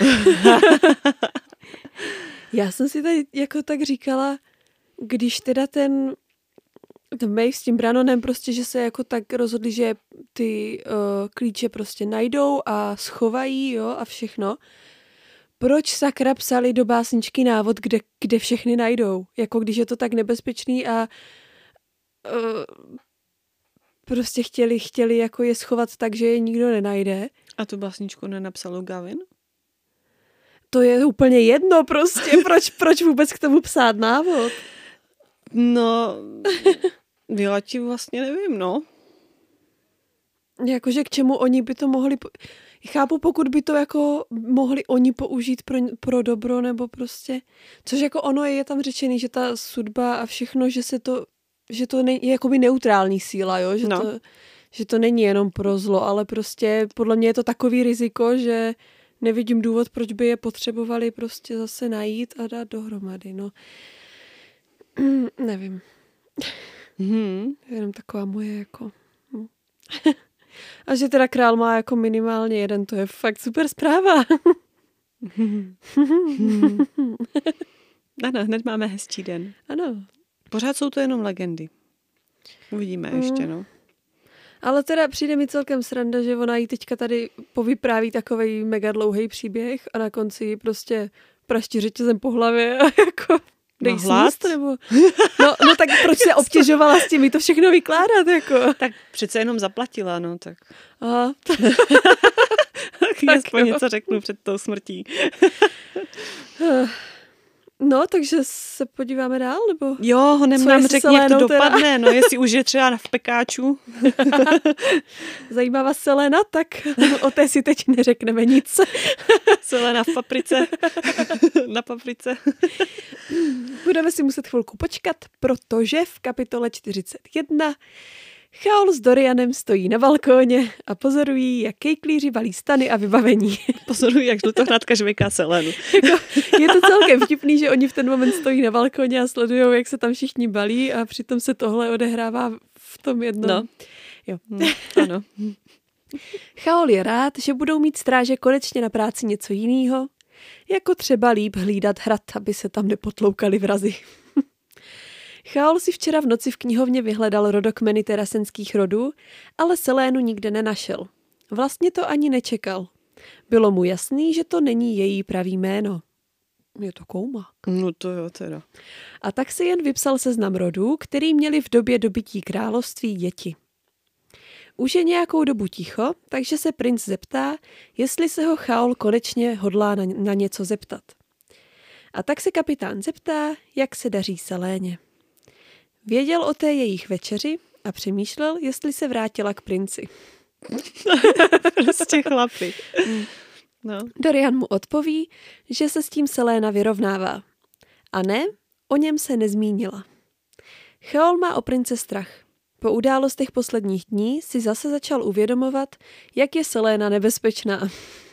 Já jsem si tady jako tak říkala, když teda ten Maeve s tím Brannonem prostě, že se jako tak rozhodli, že ty klíče prostě najdou a schovají, jo, a všechno. Proč sakra psali do básničky návod, kde všechny najdou? Jako když je to tak nebezpečný a prostě chtěli jako je schovat tak, že je nikdo nenajde. A tu básničku nenapsal Gavin? To je úplně jedno prostě. Proč vůbec k tomu psát návod? No, já ti vlastně nevím, no. Jakože k čemu oni by to mohli... Chápu, pokud by to jako mohli oni použít pro dobro, nebo prostě... Což jako ono je tam řečený, že ta sudba a všechno, že to je jakoby neutrální síla, jo? Že to není jenom pro zlo, ale prostě podle mě je to takový riziko, že nevidím důvod, proč by je potřebovali prostě zase najít a dát dohromady, no. Nevím. Jenom taková moje jako... A že teda král má jako minimálně jeden, to je fakt super zpráva. Ano, hned máme hezčí den. Ano. Pořád jsou to jenom legendy. Uvidíme ještě, no. Ale teda přijde mi celkem sranda, že ona jí teďka tady povypráví takovej mega dlouhý příběh a na konci jí prostě praští řetězem po hlavě a jako dej sníst, nebo... No tak proč se obtěžovala s tím mi to všechno vykládat, jako? Tak přece jenom zaplatila, no, tak... Aha. Tak aspoň něco řeknu před tou smrtí. No, takže se podíváme dál, nebo? Jo, honem nám řekni, jak to dopadne, no, jestli už je třeba v pekáču. Zajímá vás Selena, tak o té si teď neřekneme nic. Selena v paprice. Na paprice. Budeme si muset chvilku počkat, protože v kapitole 41 Chaol s Dorianem stojí na balkóně a pozorují, jak kejklíři balí stany a vybavení. Pozorují, jak žlutohrátka žvejká Selenu. Je to celkem vtipný, že oni v ten moment stojí na balkóně a sledují, jak se tam všichni balí a přitom se tohle odehrává v tom jednom. No. Jo. Ano. Chaol je rád, že budou mít stráže konečně na práci něco jiného, jako třeba líp hlídat hrad, aby se tam nepotloukali vrazi. Chaol si včera v noci v knihovně vyhledal rodokmeny terasenských rodů, ale Selénu nikde nenašel. Vlastně to ani nečekal. Bylo mu jasný, že to není její pravý jméno. Je to koumák. No to jo, teda. A tak si jen vypsal seznam rodů, který měli v době dobytí království děti. Už je nějakou dobu ticho, takže se princ zeptá, jestli se ho Chaol konečně hodlá na něco zeptat. A tak se kapitán zeptá, jak se daří Seléně. Věděl o té jejich večeři a přemýšlel, jestli se vrátila k princi. Prostě chlapi. No. Dorian mu odpoví, že se s tím Selena vyrovnává. A ne, o něm se nezmínila. Chaol má o prince strach. Po událostech posledních dní si zase začal uvědomovat, jak je Selena nebezpečná.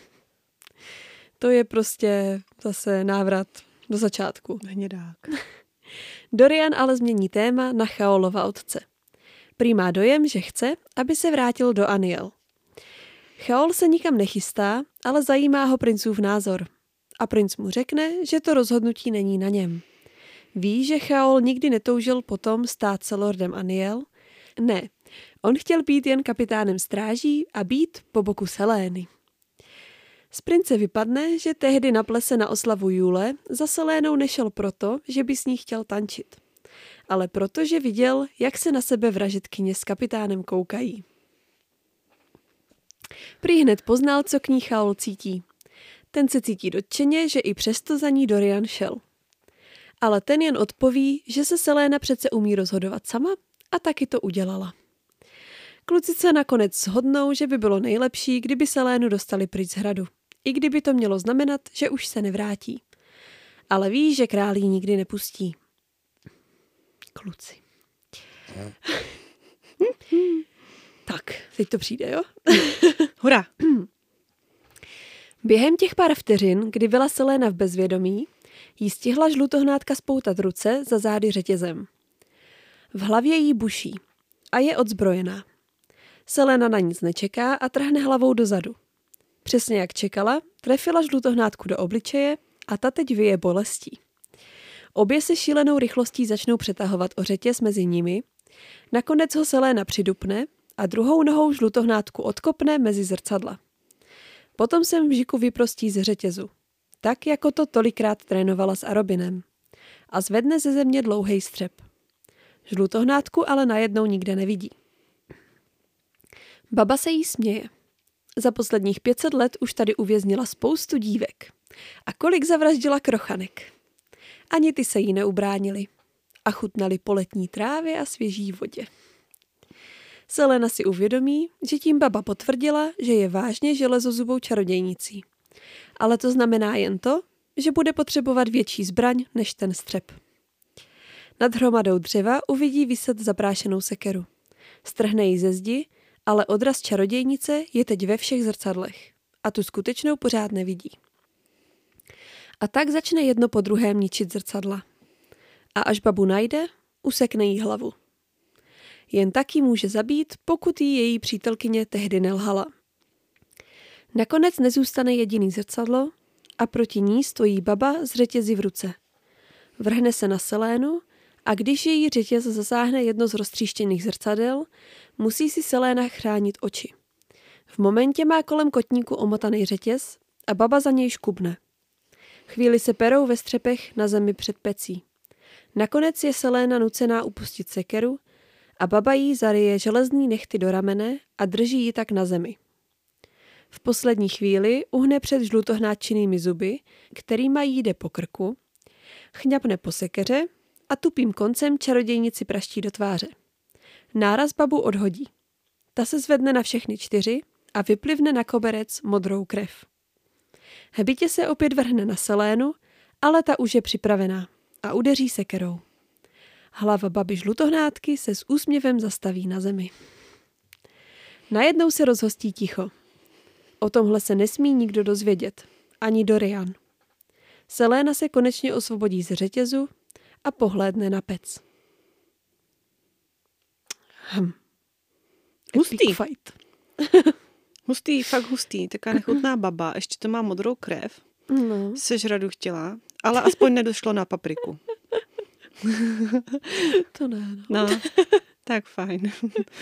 To je prostě zase návrat do začátku. Hnědák. Dorian ale změní téma na Chaolova otce. Prý má dojem, že chce, aby se vrátil do Aniel. Chaol se nikam nechystá, ale zajímá ho princův názor. A princ mu řekne, že to rozhodnutí není na něm. Ví, že Chaol nikdy netoužil potom stát se lordem Aniel? Ne, on chtěl být jen kapitánem stráží a být po boku Selény. Z prince vypadne, že tehdy na plese na oslavu Jule za Selénou nešel proto, že by s ní chtěl tančit, ale proto, že viděl, jak se na sebe vražedkyně s kapitánem koukají. Prý hned poznal, co k ní Chaol cítí. Ten se cítí dotčeně, že i přesto za ní Dorian šel. Ale ten jen odpoví, že se Selena přece umí rozhodovat sama a taky to udělala. Kluci se nakonec shodnou, že by bylo nejlepší, kdyby Selénu dostali pryč z hradu. I kdyby to mělo znamenat, že už se nevrátí. Ale ví, že král ji nikdy nepustí. Kluci. Tak, teď to přijde, jo? Hurá! Během těch pár vteřin, kdy byla Selena v bezvědomí, jí stihla žlutohnátka spoutat ruce za zády řetězem. V hlavě jí buší a je odzbrojená. Selena na nic nečeká a trhne hlavou dozadu. Přesně jak čekala, trefila žlutohnátku do obličeje a ta teď vyje bolestí. Obě se šílenou rychlostí začnou přetahovat o řetěz mezi nimi, nakonec ho Selena přidupne a druhou nohou žlutohnátku odkopne mezi zrcadla. Potom se mžiku vyprostí ze řetězu, tak jako to tolikrát trénovala s Arobinem, a zvedne ze země dlouhej střep. Žlutohnátku ale najednou nikde nevidí. Baba se jí směje. Za posledních 500 let už tady uvěznila spoustu dívek. A kolik zavraždila krochanek. Ani ty se jí neubránili. A chutnali po letní trávě a svěží vodě. Selena si uvědomí, že tím baba potvrdila, že je vážně železozubou čarodějnicí. Ale to znamená jen to, že bude potřebovat větší zbraň než ten střep. Nad hromadou dřeva uvidí viset zaprášenou sekeru. Strhne ji ze zdi, ale odraz čarodějnice je teď ve všech zrcadlech. A tu skutečnou pořád nevidí. A tak začne jedno po druhém ničit zrcadla. A až babu najde, usekne jí hlavu. Jen tak ji může zabít, pokud jí její přítelkyně tehdy nelhala. Nakonec nezůstane jediný zrcadlo a proti ní stojí baba s řetězy v ruce. Vrhne se na Selénu a když její řetěz zasáhne jedno z roztříštěných zrcadel, musí si Selena chránit oči. V momentě má kolem kotníku omotaný řetěz a baba za něj škubne. Chvíli se perou ve střepech na zemi před pecí. Nakonec je Selena nucená upustit sekeru a baba jí zaryje železný nehty do ramene a drží ji tak na zemi. V poslední chvíli uhne před žlutohnáččinými zuby, kterýma jí jde po krku, chňapne po sekeře a tupým koncem čarodějnici praští do tváře. Náraz babu odhodí. Ta se zvedne na všechny 4 a vyplivne na koberec modrou krev. Hebitě se opět vrhne na Selénu, ale ta už je připravená a udeří sekerou. Hlava baby žlutohnátky se s úsměvem zastaví na zemi. Najednou se rozhostí ticho. O tomhle se nesmí nikdo dozvědět, ani Dorian. Selena se konečně osvobodí z řetězu a pohlédne na pec. Hustý. Fight. Hustý, fakt hustý. Taká nechutná baba, ještě to má modrou krev. No. Sežradu chtěla, ale aspoň nedošlo na papriku. To ne, no. No, tak fajn.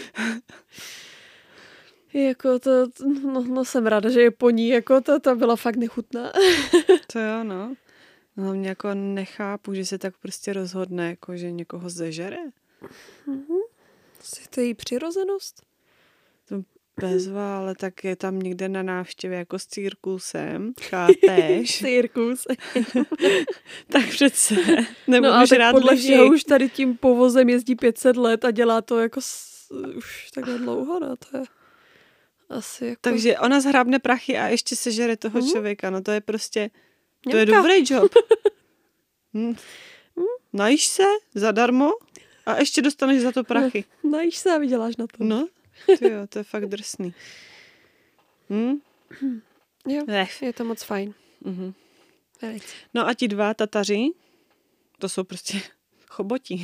Jako to, no jsem ráda, že je po ní, jako to byla fakt nechutná. To jo, no. Hlavně jako nechápu, že se tak prostě rozhodne, jako že někoho zežere. Asi to je její přirozenost. To bezva, ale tak je tam někde na návštěvě jako s cirkusem, chápeš? Cirkus. Tak přece. Nebo no ale tak rád podle lidi. všeho už tady tím povozem jezdí 500 let a dělá to jako už takhle dlouho, no to je asi jako... Takže ona zhrábne prachy a ještě sežere toho člověka, no to je prostě, to Němka. je dobrý job. Najíš se zadarmo a ještě dostaneš za to prachy. Najíš se a vyděláš na to. No, tyjo, to je fakt drsný. Jo, je to moc fajn. Mhm. Velice. No a ti 2 Tataři, to jsou prostě choboti.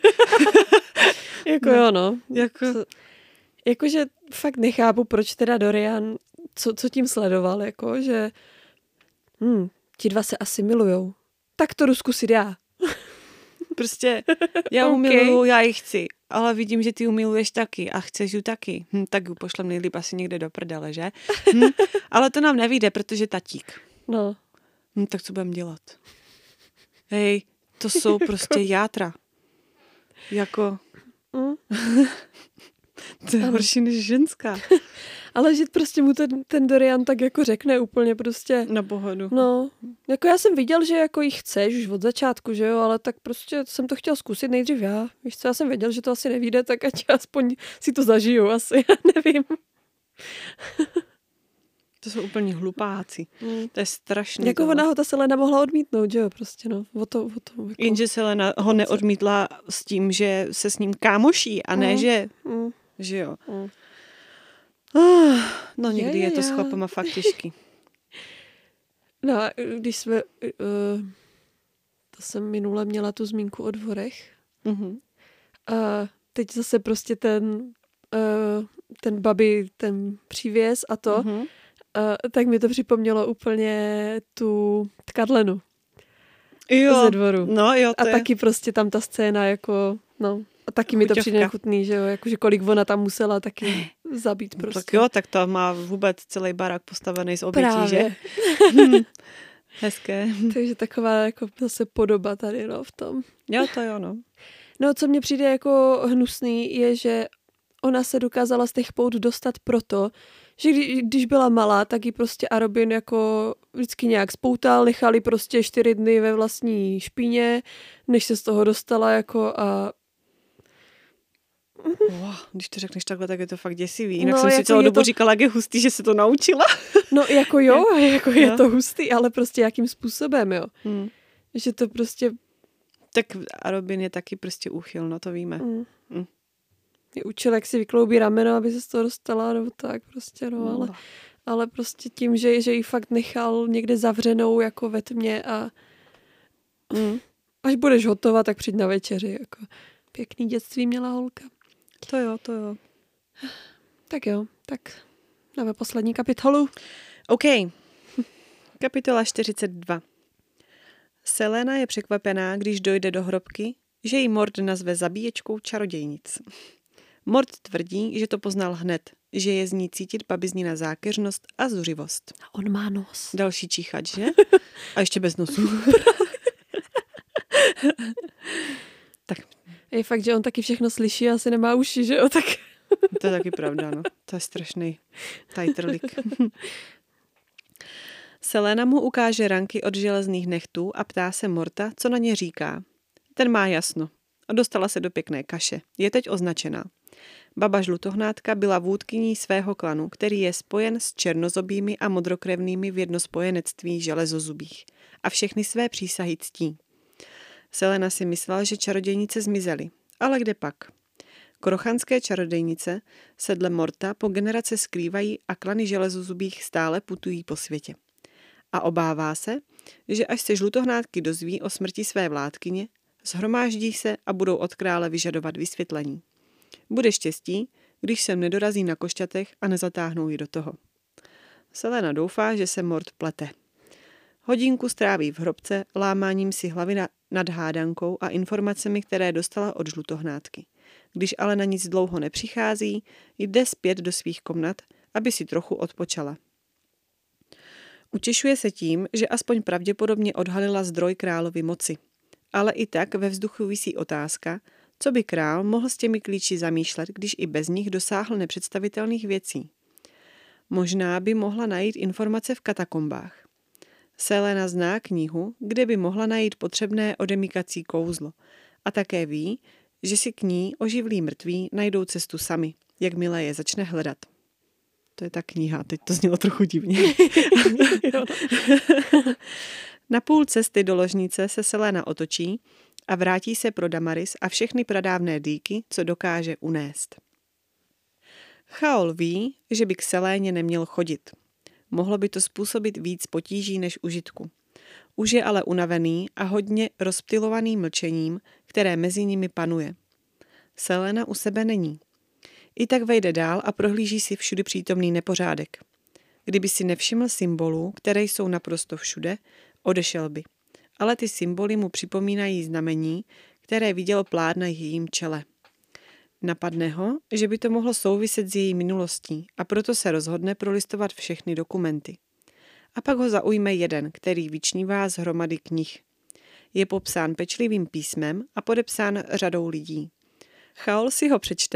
Jako jo, no. Jako... Jakože fakt nechápu, proč teda Dorian, co tím sledoval, jako, že ti 2 se asi milujou. Tak to jdu zkusit já. Prostě já umiluju, já ji chci, ale vidím, že ty umiluješ taky a chceš ju taky. Tak ju pošlem nejlíp asi někde do prdele, že? Ale to nám nevyjde, protože tatík. No. Tak co budem dělat? Hej, to jsou prostě játra. Jako... To je horší než ženská. Ale že prostě mu ten Dorian tak jako řekne úplně prostě. Na pohodu. No, jako já jsem viděl, že jako jí chceš už od začátku, že jo, ale tak prostě jsem to chtěl zkusit nejdřív já. Víš co, já jsem věděl, že to asi nevyjde, tak ať aspoň si to zažiju asi, já nevím. To jsou úplně hlupáci. To je strašný. Jako ona ho ta Selena mohla odmítnout, že jo, prostě no. O to jako... Jenže Selena ho neodmítla s tím, že se s ním kámoší a ne, že jo. No někdy je to s chlapama fakt těžký. No a když jsme, to jsem minule měla tu zmínku o dvorech. A teď zase prostě ten babi, ten přívěs a to, tak mi to připomnělo úplně tu tkadlenu ze dvoru. No, jo, a taky prostě tam ta scéna jako, no, a taky mi to přijde nechutný, že jo, jakože kolik ona tam musela taky zabít prostě. Tak jo, tak to má vůbec celý barák postavený z obětí, právě. Že? Hezké. Takže taková jako zase podoba tady, no, v tom. Jo, to jo, no. No, co mně přijde jako hnusný, je, že ona se dokázala z těch pout dostat proto, že když byla malá, tak ji prostě Arobin jako vždycky nějak spoutal, nechali prostě 4 dny ve vlastní špíně, než se z toho dostala jako a... Wow, když to řekneš takhle, tak je to fakt děsivý. Jinak no, jsem si jako celou dobu říkala, jak je hustý, že se to naučila. No jako jo, jako je to hustý, ale prostě jakým způsobem, jo. Že to prostě... Tak Arobin je taky prostě úchyl, no to víme. Je učil, jak si vykloubí rameno, aby se z toho dostala, nebo tak prostě, no, ale prostě tím, že ji fakt nechal někde zavřenou jako ve tmě a až budeš hotová, tak přijď na večeři, jako pěkný dětství měla holka. To jo. Tak jo, tak dáme poslední kapitolu. OK. Kapitola 42. Selena je překvapená, když dojde do hrobky, že ji Mord nazve zabíječkou čarodějnic. Mord tvrdí, že to poznal hned, že je z ní cítit babiznina zákeřnost a zuřivost. A on má nos. Další číchač, že? A ještě bez nosu. Tak. Je fakt, že on taky všechno slyší a asi nemá uši, že jo? Tak... To je taky pravda, no. To je strašný tajtrlik. Selena mu ukáže ranky od železných nechtů a ptá se Morta, co na ně říká. Ten má jasno. Dostala se do pěkné kaše. Je teď označená. Baba Žlutohnátka byla vůdkyní svého klanu, který je spojen s černozobými a modrokrevnými v jedno spojenectví železozubých a všechny své přísahy ctí. Selena si myslela, že čarodějnice zmizely, ale kde pak? Krochanské čarodějnice se dle Morta po generace skrývají a klany železozubých stále putují po světě. A obává se, že až se Žlutohnátky dozví o smrti své vládkyně, shromáždí se a budou od krále vyžadovat vysvětlení. Bude štěstí, když sem nedorazí na košťatech a nezatáhnou ji do toho. Selena doufá, že se Mort plete. Hodinku stráví v hrobce lámáním si hlavy nad hádankou a informacemi, které dostala od Žlutohnátky. Když ale na nic dlouho nepřichází, jde zpět do svých komnat, aby si trochu odpočala. Utěšuje se tím, že aspoň pravděpodobně odhalila zdroj královy moci. Ale i tak ve vzduchu visí otázka, co by král mohl s těmi klíči zamýšlet, když i bez nich dosáhl nepředstavitelných věcí. Možná by mohla najít informace v katakombách. Selena zná knihu, kde by mohla najít potřebné odemykací kouzlo a také ví, že si k ní oživlí mrtví najdou cestu sami, jakmile je začne hledat. To je ta kniha, teď to znělo trochu divně. Na půl cesty do ložnice se Selena otočí a vrátí se pro Damaris a všechny pradávné dýky, co dokáže unést. Chaol ví, že by k Seléně neměl chodit. Mohlo by to způsobit víc potíží než užitku. Už je ale unavený a hodně rozptylovaný mlčením, které mezi nimi panuje. Selena u sebe není. I tak vejde dál a prohlíží si všudy přítomný nepořádek. Kdyby si nevšiml symbolů, které jsou naprosto všude, odešel by. Ale ty symboly mu připomínají znamení, které viděl plát na jejím čele. Napadne ho, že by to mohlo souviset s její minulostí a proto se rozhodne prolistovat všechny dokumenty. A pak ho zaujme jeden, který vyčnívá z hromady knih. Je popsán pečlivým písmem a podepsán řadou lidí. Chaol si ho přečte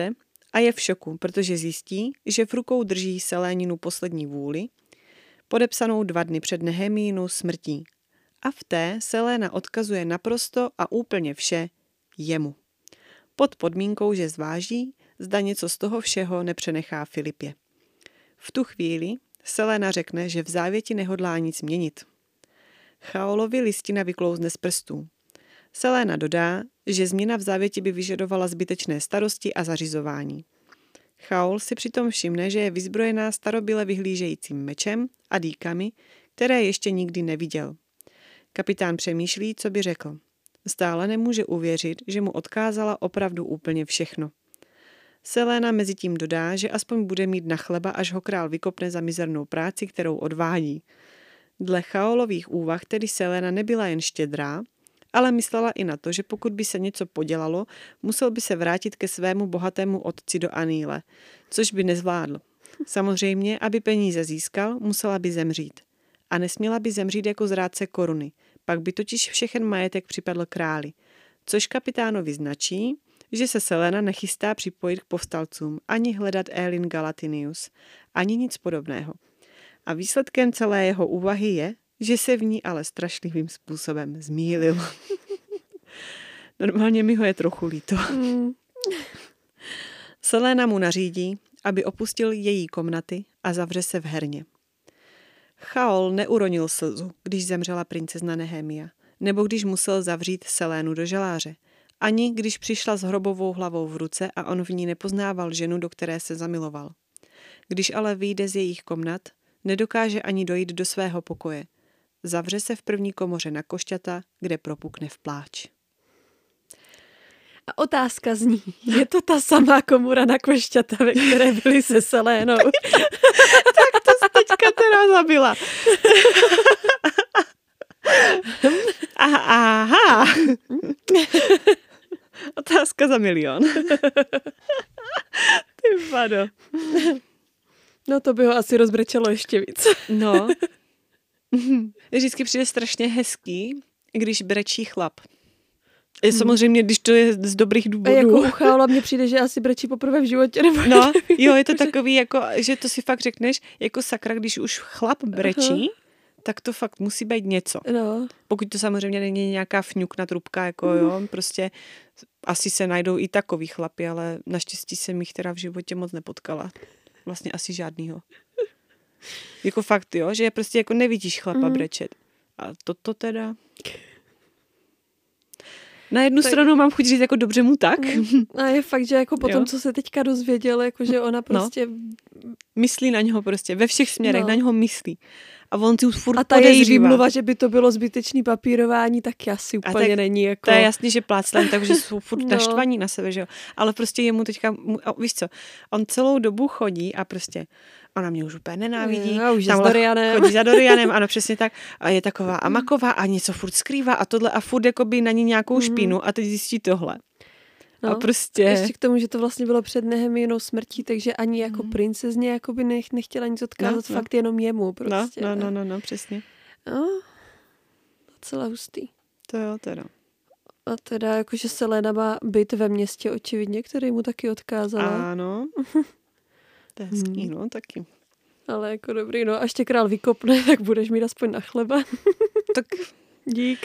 a je v šoku, protože zjistí, že v rukou drží Seléninu poslední vůli, podepsanou 2 dny před Nehemíinu smrtí. A v té Selena odkazuje naprosto a úplně vše jemu. Pod podmínkou, že zváží, zda něco z toho všeho nepřenechá Filipě. V tu chvíli Selena řekne, že v závěti nehodlá nic měnit. Chaolovi listina vyklouzne z prstů. Selena dodá, že změna v závěti by vyžadovala zbytečné starosti a zařizování. Chaol si přitom všimne, že je vyzbrojená starobyle vyhlížejícím mečem a dýkami, které ještě nikdy neviděl. Kapitán přemýšlí, co by řekl. Stále nemůže uvěřit, že mu odkázala opravdu úplně všechno. Selena mezitím dodá, že aspoň bude mít na chleba, až ho král vykopne za mizernou práci, kterou odvádí. Dle Chaolových úvah tedy Selena nebyla jen štědrá, ale myslela i na to, že pokud by se něco podělalo, musel by se vrátit ke svému bohatému otci do Aníle, což by nezvládl. Samozřejmě, aby peníze získal, musela by zemřít. A nesměla by zemřít jako zrádce koruny, pak by totiž všechen majetek připadl králi, což kapitánovi značí, že se Selena nechystá připojit k povstalcům, ani hledat Elin Galatinius, ani nic podobného. A výsledkem celé jeho úvahy je, že se v ní ale strašlivým způsobem zmýlil. Normálně mi ho je trochu líto. Selena mu nařídí, aby opustil její komnaty a zavře se v herně. Chaol neuronil slzu, když zemřela princezna Nehemia, nebo když musel zavřít Selénu do žaláře, ani když přišla s hrobovou hlavou v ruce a on v ní nepoznával ženu, do které se zamiloval. Když ale vyjde z jejich komnat, nedokáže ani dojít do svého pokoje. Zavře se v první komoře na košťata, kde propukne v pláč. A otázka zní, je to ta samá komora na košťata, ve které byli se Selénou? Tak to jsi teďka teda zabila. Aha. Otázka za 1 000 000. Ty vado. No to by ho asi rozbrečelo ještě víc. No. Vždycky přijde strašně hezký, když brečí chlap. Samozřejmě, když to je z dobrých důvodů. A jako u Chaola mně přijde, že asi brečí poprvé v životě. Nebo no, jo, je to takový, jako, že to si fakt řekneš, jako sakra, když už chlap brečí, tak to fakt musí být něco. No. Pokud to samozřejmě není nějaká fňukna trubka, jako jo, prostě asi se najdou i takový chlapi, ale naštěstí jsem jich teda v životě moc nepotkala. Vlastně asi žádnýho. Jako fakt, jo, že prostě jako nevidíš chlapa brečet. A toto teda... Na jednu stranu mám chuť říct jako dobře mu tak. A je fakt, že jako po tom, co se teďka dozvěděl, jako že ona prostě... Myslí na něho prostě, ve všech směrech, na něho myslí. A on si už furt a ta její výmluva, že by to bylo zbytečný papírování, tak asi úplně tak, není. Jako... To je jasný, že pláclem, takže jsou furt naštvaní na sebe, že jo. Ale prostě jemu teďka, víš co, on celou dobu chodí a prostě ona mě už úplně nenávidí. Jo, už s Dorianem. Chodí za Dorianem, ano, přesně tak. A je taková amaková a něco furt skrývá a tohle a furt jakoby na ní nějakou špínu a teď zjistí tohle. No, a prostě... Ještě k tomu, že to vlastně bylo před Nehemiinou smrtí, takže ani jako princezně jakoby nechtěla nic odkázat, fakt jenom jemu prostě. No, přesně. No, docela hustý. To jo, teda. A teda jakože Selena má byt ve městě očividně, který mu taky odkázala. Ano. To je hezký, no, taky. Ale jako dobrý, no, až tě král vykopne, tak budeš mít aspoň na chleba. Tak dík.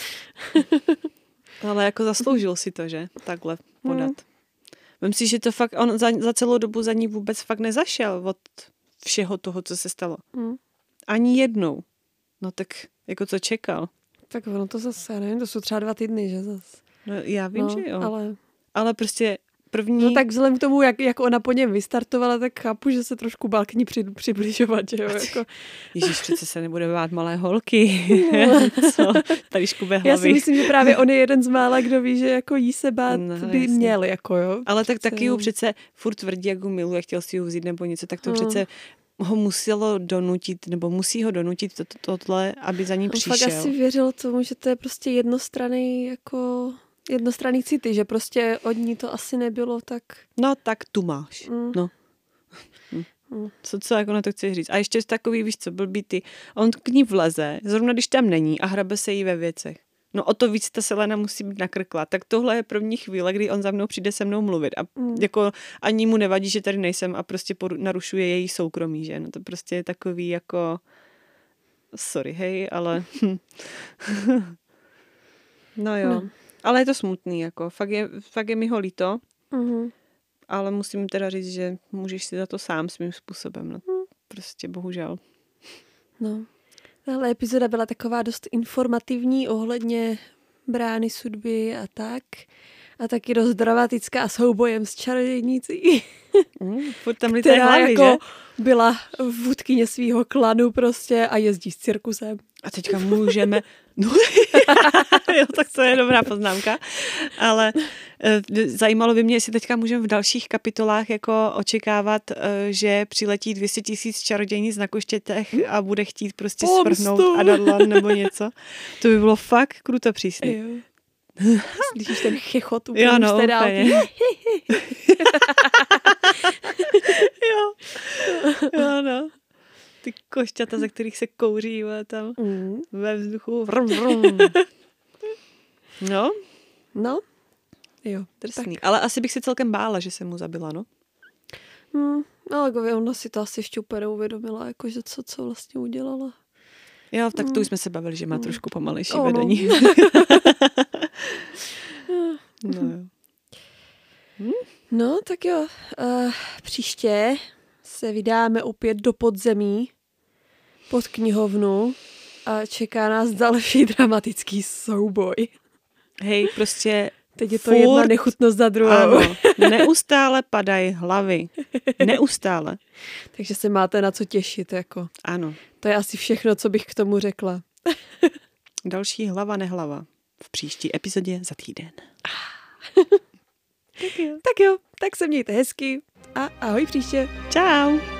Ale jako zasloužil si to, že? Takhle podat. Vem si, že to fakt, on za celou dobu za ní vůbec fakt nezašel od všeho toho, co se stalo. Ani jednou. No tak jako co čekal? Tak ono to zase, nevím, to jsou třeba 2 týdny, že zase. No já vím, že jo. Ale prostě první... No tak vzhledem k tomu, jak ona po něm vystartovala, tak chápu, že se trošku bál k ní přibližovat, že jo. Jako... Ježíš, přece se nebude bát malé holky. Co? Tady škube hlavy. Já si myslím, že právě on je jeden z mála, kdo ví, že jako jí se bát by měl, jako jo. Ale tak taky ju přece furt tvrdí, jak ho miluje, chtěl si ji vzít nebo něco, tak to přece ho muselo donutit, nebo musí ho donutit tohle, aby za ní přišel. Fakt asi věřil tomu, že to je prostě jednostranný city, že prostě od ní to asi nebylo tak... No tak tu máš. No. Co jako na to chceš říct? A ještě takový, víš co, blbý ty. On k ní vleze, zrovna když tam není a hrabe se jí ve věcech. No o to víc ta Selena musí být nakrklá. Tak tohle je první chvíle, kdy on za mnou přijde se mnou mluvit a jako ani mu nevadí, že tady nejsem a prostě narušuje její soukromí, že? No to prostě je takový jako sorry, hej, ale no jo. No. Ale je to smutný, jako fakt je mi ho líto, ale musím teda říct, že můžeš si za to sám svým způsobem, no prostě bohužel. No. Tahle epizoda byla taková dost informativní ohledně brány sudby a tak. A taky dost dramatická soubojem s čarodějnicí. Furt tam lítají hlavy, jako že? Byla vůdkyně svýho klanu prostě a jezdí s cirkusem. A teďka můžeme... No, jo, tak to je dobrá poznámka. Ale zajímalo by mě, jestli teďka můžeme v dalších kapitolách jako očekávat, že přiletí 200 000 čarodějnic na koštětech a bude chtít prostě svrhnout Adadlan nebo něco. To by bylo fakt kruto přísný. Slyšíš ten chechot úplně z té dálky. Jo, no. Ty košťata, ze kterých se kouří tam ve vzduchu. Vrum, vrum. No. No. Jo. Drsný. Tak. Ale asi bych si celkem bála, že jsem mu zabila, no. Ale ona si to asi ještě úplně neuvědomila, jakože co vlastně udělala. Jo, tak to už jsme se bavili, že má trošku pomalejší vedení. No. No, tak jo. Příště se vydáme opět do podzemí pod knihovnu a čeká nás další dramatický souboj. Hej, prostě teď je to jedna nechutnost za druhou. Ano, neustále padají hlavy. Neustále. Takže se máte na co těšit, jako. Ano. To je asi všechno, co bych k tomu řekla. Další hlava nehlava v příští epizodě za týden. Tak jo, tak se mějte hezky a ahoj příště. Čau.